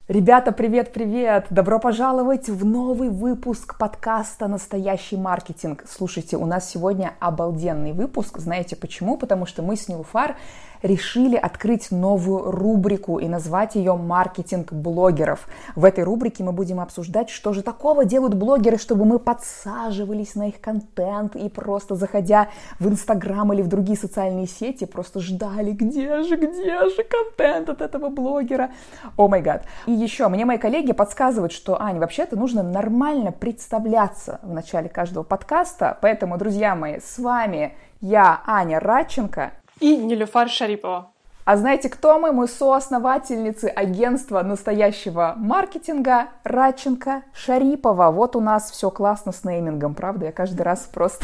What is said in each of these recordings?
Ребята, привет-привет! Добро пожаловать в новый выпуск подкаста «Настоящий маркетинг». Слушайте, у нас сегодня обалденный выпуск. Знаете почему? Потому что мы с Нилуфар решили открыть новую рубрику и назвать ее «Маркетинг блогеров». В этой рубрике мы будем обсуждать, что же такого делают блогеры, чтобы мы подсаживались на их контент и просто заходя в Инстаграм или в другие социальные сети, просто ждали, где же контент от этого блогера. О май гад. И еще мне мои коллеги подсказывают, что, Ань, вообще-то нужно нормально представляться в начале каждого подкаста. Поэтому, друзья мои, с вами я, Аня Радченко. И Нилуфар Шарипова. А знаете, кто мы? Мы соосновательницы агентства настоящего маркетинга Радченко Шарипова. Вот у нас все классно с неймингом, правда? Я каждый раз просто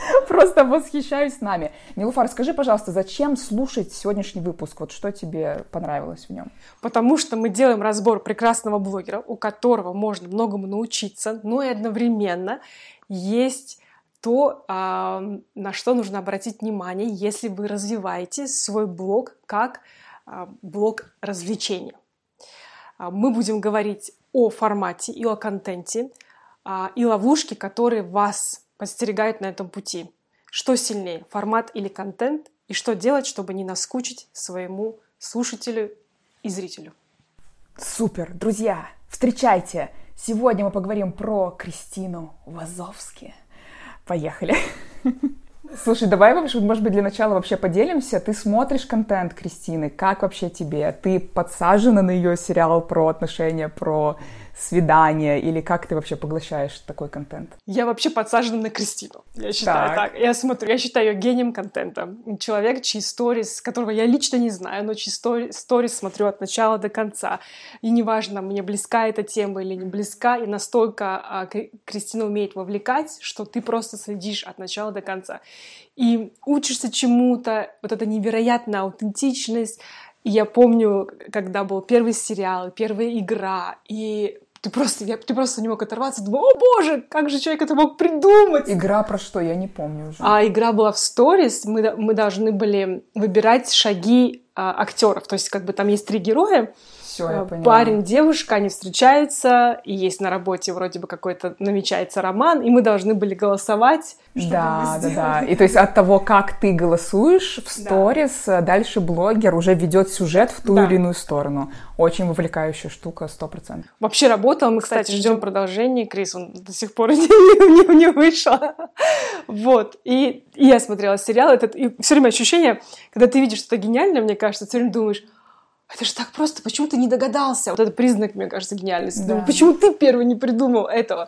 восхищаюсь нами. Нилуфар, скажи, пожалуйста, зачем слушать сегодняшний выпуск? Вот что тебе понравилось в нем? Потому что мы делаем разбор прекрасного блогера, у которого можно многому научиться, но и одновременно есть то, на что нужно обратить внимание, если вы развиваете свой блог как блог развлечения. Мы будем говорить о формате и о контенте, и ловушки, которые вас подстерегают на этом пути. Что сильнее, формат или контент, и что делать, чтобы не наскучить своему слушателю и зрителю. Супер! Друзья, встречайте! Сегодня мы поговорим про Кристину Вазовски. Поехали. Слушай, давай, может быть, для начала вообще поделимся. Ты смотришь контент Кристины, как вообще тебе? Ты подсажена на ее сериал про отношения, про свидания, или как ты вообще поглощаешь такой контент? Я вообще подсажена на Кристину, я считаю так. Я считаю ее гением контента. Человек, чьи сторис, которого я лично не знаю, но чьи сторис смотрю от начала до конца. И неважно, мне близка эта тема или не близка, и настолько Кристина умеет вовлекать, что ты просто следишь от начала до конца. И учишься чему-то, вот эта невероятная аутентичность. И я помню, когда был первый сериал, первая игра, и ты просто не мог оторваться, думал, о боже, как же человек это мог придумать? Игра про что? Я не помню уже. Игра была в сторис, мы должны были выбирать шаги актеров, то есть как бы там есть 3 героя, все, я поняла. Парень, девушка, они встречаются, и есть на работе вроде бы какой-то намечается роман, и мы должны были голосовать. Да. И то есть от того, как ты голосуешь в сторис, дальше блогер уже ведет сюжет в ту или иную сторону. Очень вовлекающая штука, 100%. Вообще работала. Мы, кстати, ждем продолжения. Крис, он до сих пор не вышел. Вот. И я смотрела сериал. И все время ощущение, когда ты видишь что-то гениальное, мне кажется, все время думаешь, это же так просто, почему ты не догадался? Вот это признак, мне кажется, гениальности. Да. Думаю, почему ты первый не придумал этого?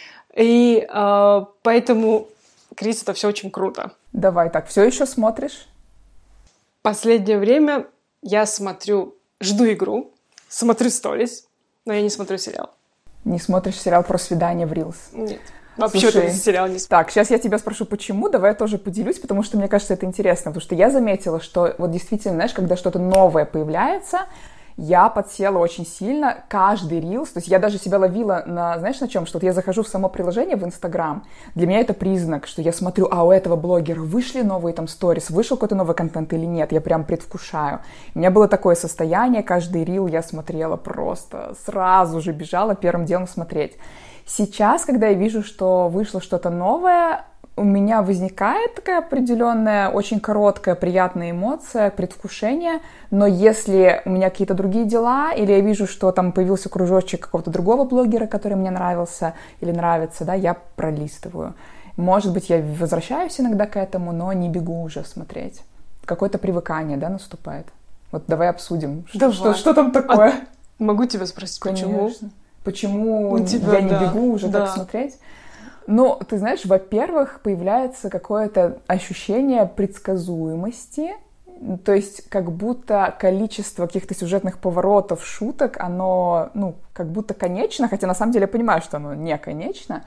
И поэтому, Крис, это все очень круто. Давай так, все еще смотришь? Последнее время я жду игру, смотрю сторис, но я не смотрю сериал. Не смотришь сериал про свидание в Reels? Нет. Вообще этот сериал не смотрю. Так, сейчас я тебя спрошу, почему. Давай я тоже поделюсь, потому что мне кажется, это интересно. Потому что я заметила, что вот действительно, знаешь, когда что-то новое появляется, я подсела очень сильно. Каждый Reels, то есть я даже себя ловила на, знаешь, на чем? Что вот я захожу в само приложение в Инстаграм, для меня это признак, что я смотрю, у этого блогера вышли новые там сторис, вышел какой-то новый контент или нет, я прям предвкушаю. У меня было такое состояние, каждый Reel я смотрела просто, сразу же бежала первым делом смотреть. Сейчас, когда я вижу, что вышло что-то новое, у меня возникает такая определенная, очень короткая, приятная эмоция, предвкушение, но если у меня какие-то другие дела, или я вижу, что там появился кружочек какого-то другого блогера, который мне нравился или нравится, да, я пролистываю. Может быть, я возвращаюсь иногда к этому, но не бегу уже смотреть. Какое-то привыкание, да, наступает. Вот давай обсудим, что там такое. Могу тебя спросить, почему? Почему я не бегу уже так смотреть? Ну, ты знаешь, во-первых, появляется какое-то ощущение предсказуемости, то есть как будто количество каких-то сюжетных поворотов, шуток, оно, как будто конечно, хотя на самом деле я понимаю, что оно не конечно,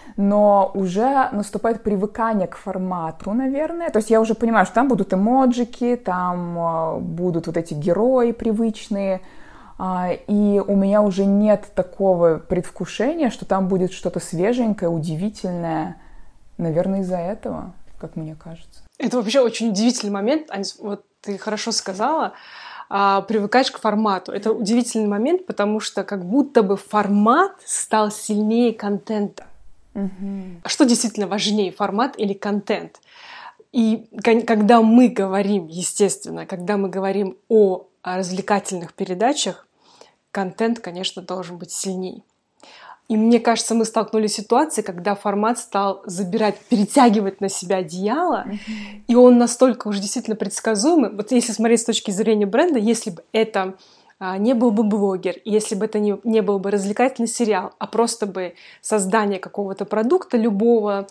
но уже наступает привыкание к формату, наверное. То есть я уже понимаю, что там будут эмоджики, там будут вот эти герои привычные, и у меня уже нет такого предвкушения, что там будет что-то свеженькое, удивительное. Наверное, из-за этого, как мне кажется. Это вообще очень удивительный момент. Вот ты хорошо сказала. привыкаешь к формату. Это удивительный момент, потому что как будто бы формат стал сильнее контента. А что действительно важнее, формат или контент? И когда мы говорим, естественно, когда мы говорим о развлекательных передачах, контент, конечно, должен быть сильнее. И мне кажется, мы столкнулись с ситуацией, когда формат стал забирать, перетягивать на себя одеяло, и он настолько уже действительно предсказуемый. Вот если смотреть с точки зрения бренда, если бы это не был бы блогер, если бы это не был бы развлекательный сериал, а просто бы создание какого-то продукта любого,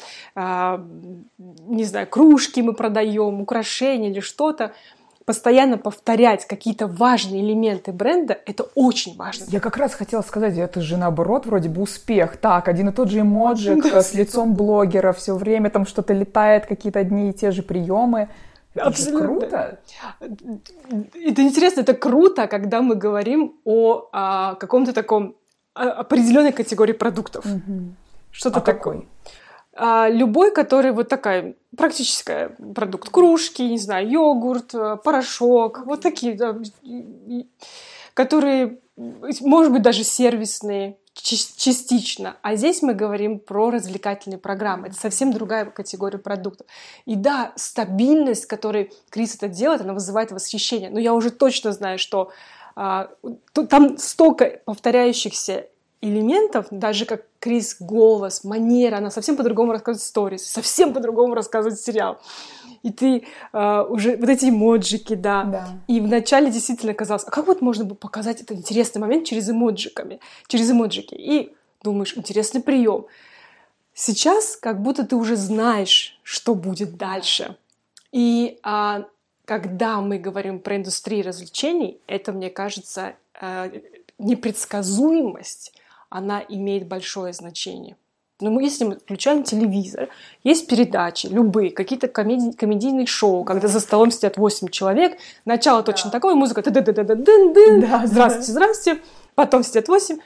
не знаю, кружки мы продаем, украшения или что-то, постоянно повторять какие-то важные элементы бренда, это очень важно. Я как раз хотела сказать, это же наоборот вроде бы успех. Так, один и тот же эмоджик с лицом блогера, все время там что-то летает, какие-то одни и те же приемы. Это же круто. Это интересно, это круто, когда мы говорим о каком-то таком определенной категории продуктов. Что-то такое. Любой, который вот такая практическая продукт, кружки, не знаю, йогурт, порошок, вот такие, да, которые, может быть, даже сервисные, частично. А здесь мы говорим про развлекательные программы. Это совсем другая категория продуктов. И да, стабильность, которой Крис это делает, она вызывает восхищение. Но я уже точно знаю, что там столько повторяющихся элементов, даже как Крис голос, манера, она совсем по-другому рассказывает сторис, совсем по-другому рассказывает сериал. И ты уже вот эти эмоджики, да. И вначале действительно казалось, а как вот можно было показать этот интересный момент через эмоджики? И думаешь, интересный прием. Сейчас как будто ты уже знаешь, что будет дальше. И когда мы говорим про индустрию развлечений, это, мне кажется, непредсказуемость, она имеет большое значение. Но если мы включаем телевизор, есть передачи, любые, какие-то комедийные шоу, когда за столом сидят 8 человек, начало точно такое, музыка здравствуйте, потом сидят 8,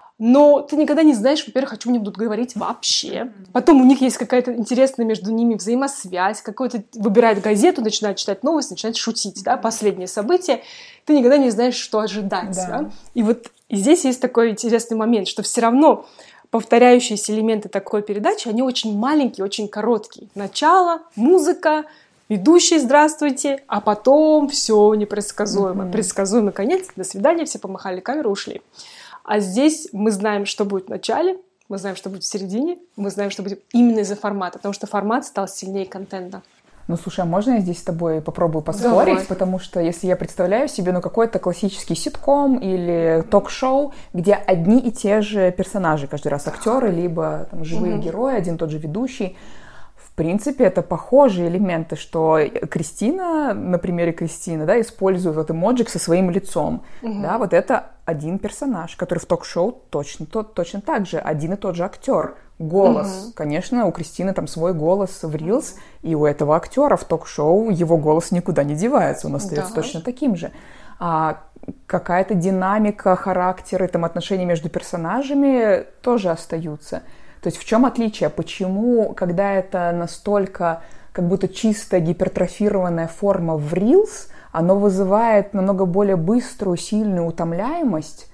но ты никогда не знаешь, во-первых, о чем они будут говорить вообще. Потом у них есть какая-то интересная между ними взаимосвязь, какой-то выбирает газету, начинает читать новости, начинает шутить, да, последнее событие. Ты никогда не знаешь, что ожидать. Да. И вот и здесь есть такой интересный момент, что все равно повторяющиеся элементы такой передачи, они очень маленькие, очень короткие. Начало, музыка, ведущий «Здравствуйте», а потом все непредсказуемо. Предсказуемый конец, до свидания, все помахали камеру, ушли. А здесь мы знаем, что будет в начале, мы знаем, что будет в середине, мы знаем, что будет именно из-за формата, потому что формат стал сильнее контента. Ну, слушай, а можно я здесь с тобой попробую поспорить? Давай. Потому что если я представляю себе, какой-то классический ситком или ток-шоу, где одни и те же персонажи, каждый раз актеры, либо там, живые герои, один и тот же ведущий, в принципе, это похожие элементы, что Кристина, на примере Кристины, да, использует вот эмоджик со своим лицом. Да, вот это один персонаж, который в ток-шоу точно так же, один и тот же актер. Голос. Конечно, у Кристины там свой голос в Reels, и у этого актера в ток-шоу его голос никуда не девается, он остается точно таким же. А какая-то динамика, характеры, там, отношения между персонажами тоже остаются. То есть в чем отличие? Почему, когда это настолько как будто чисто гипертрофированная форма в Reels, оно вызывает намного более быструю, сильную утомляемость,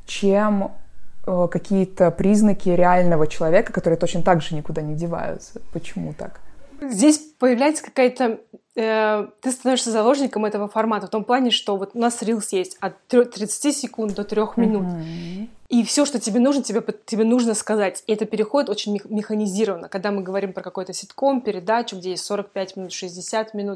чем какие-то признаки реального человека, которые точно так же никуда не деваются. Почему так? Здесь появляется какая-то... ты становишься заложником этого формата в том плане, что вот у нас Reels есть от 30 секунд до 3 минут. И все, что тебе нужно, тебе нужно сказать. И это переходит очень механизированно. Когда мы говорим про какой-то ситком, передачу, где есть 45 минут, 60 минут,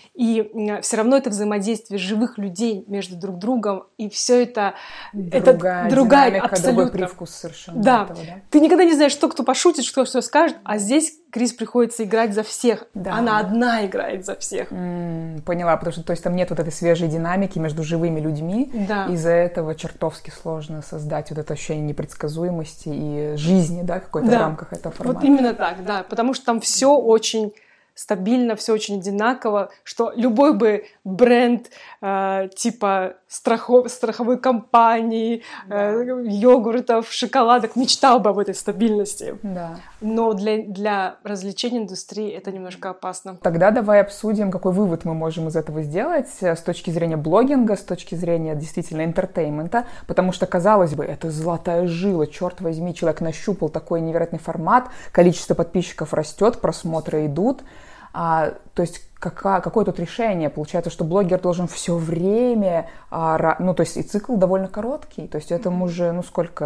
и все равно это взаимодействие живых людей между друг другом, и все это другая динамика, абсолютно другой привкус совершенно. Да. Этого, да. Ты никогда не знаешь, кто пошутит, что скажет, а здесь Крис приходится играть за всех. Да. Она одна играет за всех. Поняла, потому что то есть, там нет вот этой свежей динамики между живыми людьми. Да. Из-за этого чертовски сложно создать вот это ощущение непредсказуемости и жизни, да, в какой-то рамках этого формата. Вот именно так, да, потому что там все очень стабильно, все очень одинаково, что любой бы бренд типа страховой компании, йогуртов, шоколадок мечтал бы об этой стабильности. Да. Но для развлечения индустрии это немножко опасно. Тогда давай обсудим, какой вывод мы можем из этого сделать с точки зрения блогинга, с точки зрения действительно интертеймента, потому что, казалось бы, это золотая жила, черт возьми, человек нащупал такой невероятный формат, количество подписчиков растет, просмотры идут. То есть какое тут решение? Получается, что блогер должен все время, то есть и цикл довольно короткий, то есть этому уже,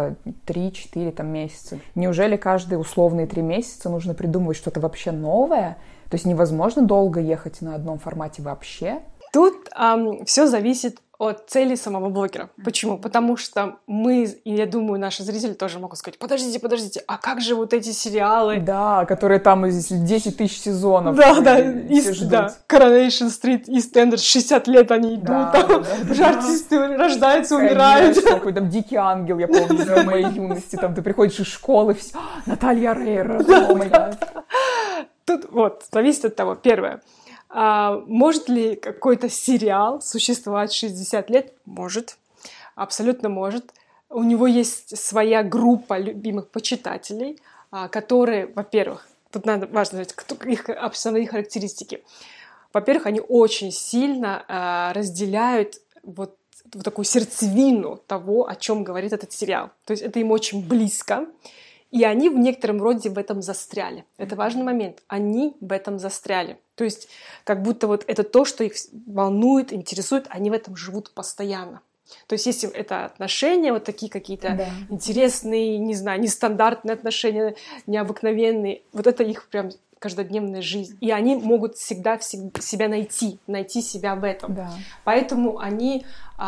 3-4 там месяца. Неужели каждые условные 3 месяца нужно придумывать что-то вообще новое? То есть невозможно долго ехать на одном формате вообще? Тут все зависит от цели самого блогера. Почему? Потому что и я думаю, наши зрители тоже могут сказать: подождите, а как же вот эти сериалы? Да, которые там 10 тысяч сезонов. Да, Coronation Street, EastEnders, 60 лет они идут, артисты рождаются, умирают. Какой там Дикий ангел, я помню, из моей юности, там ты приходишь из школы, все, Наталья Рейра, о май гад. Тут зависит от того, первое. Может ли какой-то сериал существовать 60 лет? Может. Абсолютно может. У него есть своя группа любимых почитателей, которые, во-первых, тут важно знать, их основные характеристики. Во-первых, они очень сильно разделяют вот такую сердцевину того, о чем говорит этот сериал. То есть это им очень близко. И они в некотором роде в этом застряли. Это важный момент. Они в этом застряли. То есть как будто это то, что их волнует, интересует, они в этом живут постоянно. То есть если это отношения, такие какие-то интересные, не знаю, нестандартные отношения, необыкновенные, это их прям каждодневная жизнь. И они могут всегда себя найти себя в этом. Да. Поэтому они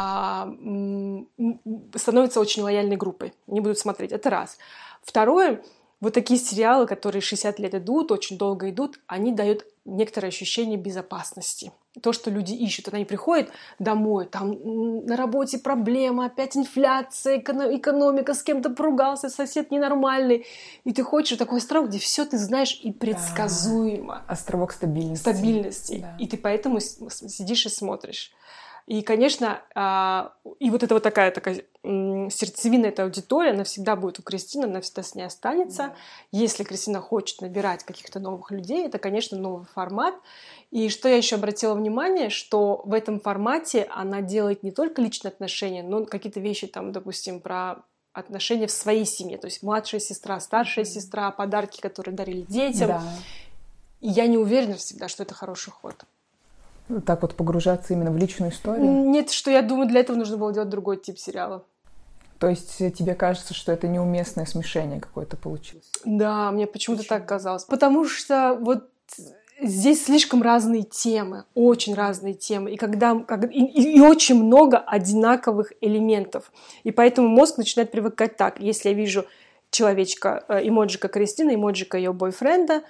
становятся очень лояльной группой. Они будут смотреть. Это раз. Второе, такие сериалы, которые 60 лет идут, очень долго идут, они дают некоторое ощущение безопасности. То, что люди ищут. Они приходят домой, там на работе проблема, опять инфляция, экономика, с кем-то поругался, сосед ненормальный. И ты хочешь такой островок, где все ты знаешь и предсказуемо. Островок стабильности. Да. И ты поэтому сидишь и смотришь. И, конечно, и эта такая сердцевина, эта аудитория, она всегда будет у Кристины, она всегда с ней останется. Да. Если Кристина хочет набирать каких-то новых людей, это, конечно, новый формат. И что я еще обратила внимание, что в этом формате она делает не только личные отношения, но какие-то вещи, там, допустим, про отношения в своей семье. То есть младшая сестра, старшая сестра, подарки, которые дарили детям. Да. И я не уверена всегда, что это хороший ход. Так погружаться именно в личную историю? Нет, что я думаю, для этого нужно было делать другой тип сериала. То есть тебе кажется, что это неуместное смешение какое-то получилось? Да, мне почему-то так казалось. Потому что здесь слишком разные темы, очень разные темы, и очень много одинаковых элементов. И поэтому мозг начинает привыкать так. Если я вижу человечка, эмоджика Кристины, эмоджика ее бойфренда,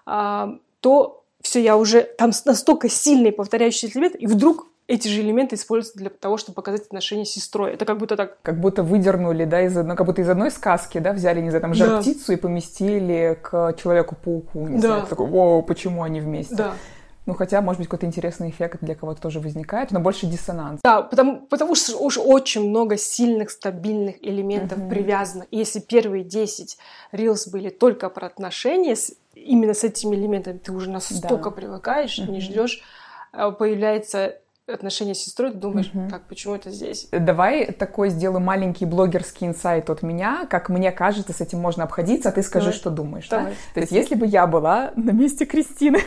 то все, я уже там настолько сильные повторяющиеся элементы, и вдруг эти же элементы используются для того, чтобы показать отношения с сестрой. Это как будто так... Как будто выдернули, как будто из одной сказки, взяли, не знаю, жар-птицу и поместили к Человеку-пауку. Не знаю, такой, почему они вместе? Да. Хотя, может быть, какой-то интересный эффект для кого-то тоже возникает, но больше диссонанс. Да, потому что уж очень много сильных, стабильных элементов привязано. И если первые 10 Reels были только про отношения, именно с этими элементами ты уже настолько привыкаешь, не ждешь, появляется отношения с сестрой, ты думаешь, так, почему это здесь? Давай такой сделаю маленький блогерский инсайт от меня, как мне кажется, с этим можно обходиться, а ты скажи, что думаешь. Да? То есть, если бы я была на месте Кристины,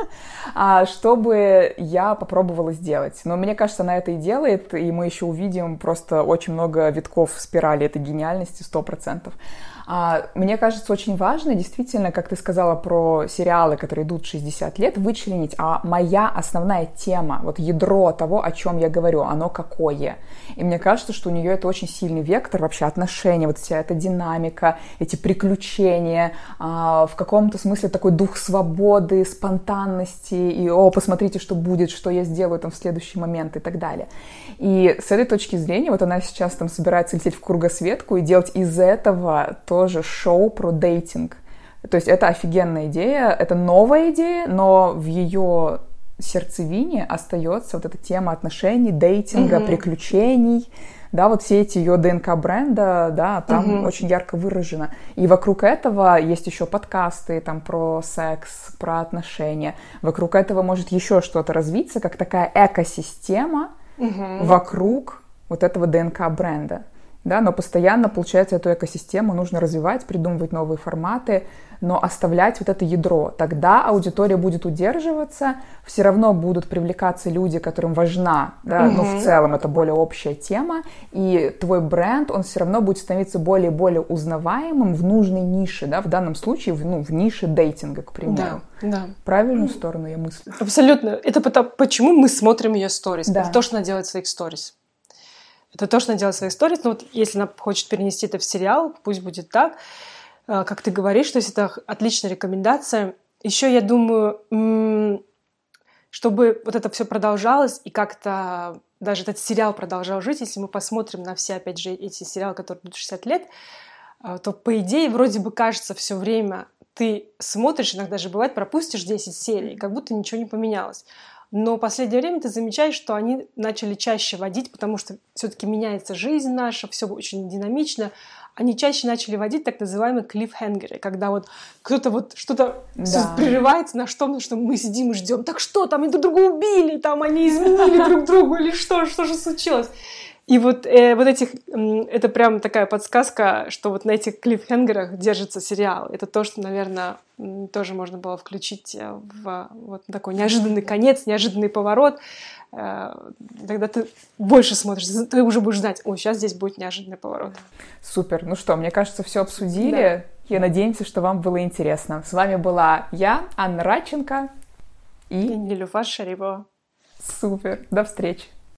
что бы я попробовала сделать? Но мне кажется, она это и делает, и мы еще увидим просто очень много витков спирали этой гениальности, 100%. Мне кажется, очень важно, действительно, как ты сказала про сериалы, которые идут 60 лет, вычленить, моя основная тема, ядро того, о чем я говорю, оно какое. И мне кажется, что у нее это очень сильный вектор, вообще отношения, вся эта динамика, эти приключения, в каком-то смысле такой дух свободы, спонтанности, и посмотрите, что будет, что я сделаю там в следующий момент и так далее. И с этой точки зрения, она сейчас там собирается лететь в кругосветку и делать из этого тоже шоу про дейтинг. То есть это офигенная идея, это новая идея, но в ее сердцевине остается вот эта тема отношений, дейтинга, приключений, да, вот все эти ее ДНК-бренда, да, там очень ярко выражено. И вокруг этого есть еще подкасты там про секс, про отношения. Вокруг этого может еще что-то развиться, как такая экосистема вокруг вот этого ДНК-бренда. Да, но постоянно, получается, эту экосистему нужно развивать, придумывать новые форматы, но оставлять вот это ядро. Тогда аудитория будет удерживаться, все равно будут привлекаться люди, которым важна, да, ну, в целом это более общая тема, и твой бренд, он все равно будет становиться более и более узнаваемым в нужной нише, да, в данном случае, в нише дейтинга, к примеру. Да. Правильную сторону я мыслю? Абсолютно. Это почему мы смотрим ее сторис. Да. Это то, что она делает в своих сторис. Это то, что она делает в своих сторис. Но вот если она хочет перенести это в сериал, пусть будет так, как ты говоришь, то есть это отличная рекомендация. Еще я думаю, чтобы вот это все продолжалось и как-то даже этот сериал продолжал жить, если мы посмотрим на все, опять же, эти сериалы, которые идут 60 лет, то, по идее, вроде бы кажется все время, ты смотришь, иногда же бывает, пропустишь 10 серий, как будто ничего не поменялось. Но в последнее время ты замечаешь, что они начали чаще водить, потому что все-таки меняется жизнь наша, все очень динамично. Они чаще начали водить так называемые клиффхенгеры, когда вот кто-то вот что-то прерывается на что мы сидим и ждем. Так что, там они друг друга убили, там они изменили друг другу или что же случилось? И вот это прям такая подсказка, что вот на этих клиффхенгерах держится сериал. Это то, что, наверное, тоже можно было включить в вот такой неожиданный конец, неожиданный поворот. Тогда ты больше смотришь, ты уже будешь знать, сейчас здесь будет неожиданный поворот. Супер. Ну что, мне кажется, все обсудили. Да. И надеемся, что вам было интересно. С вами была я, Анна Радченко и Нилюфар Шарипова. Супер. До встречи.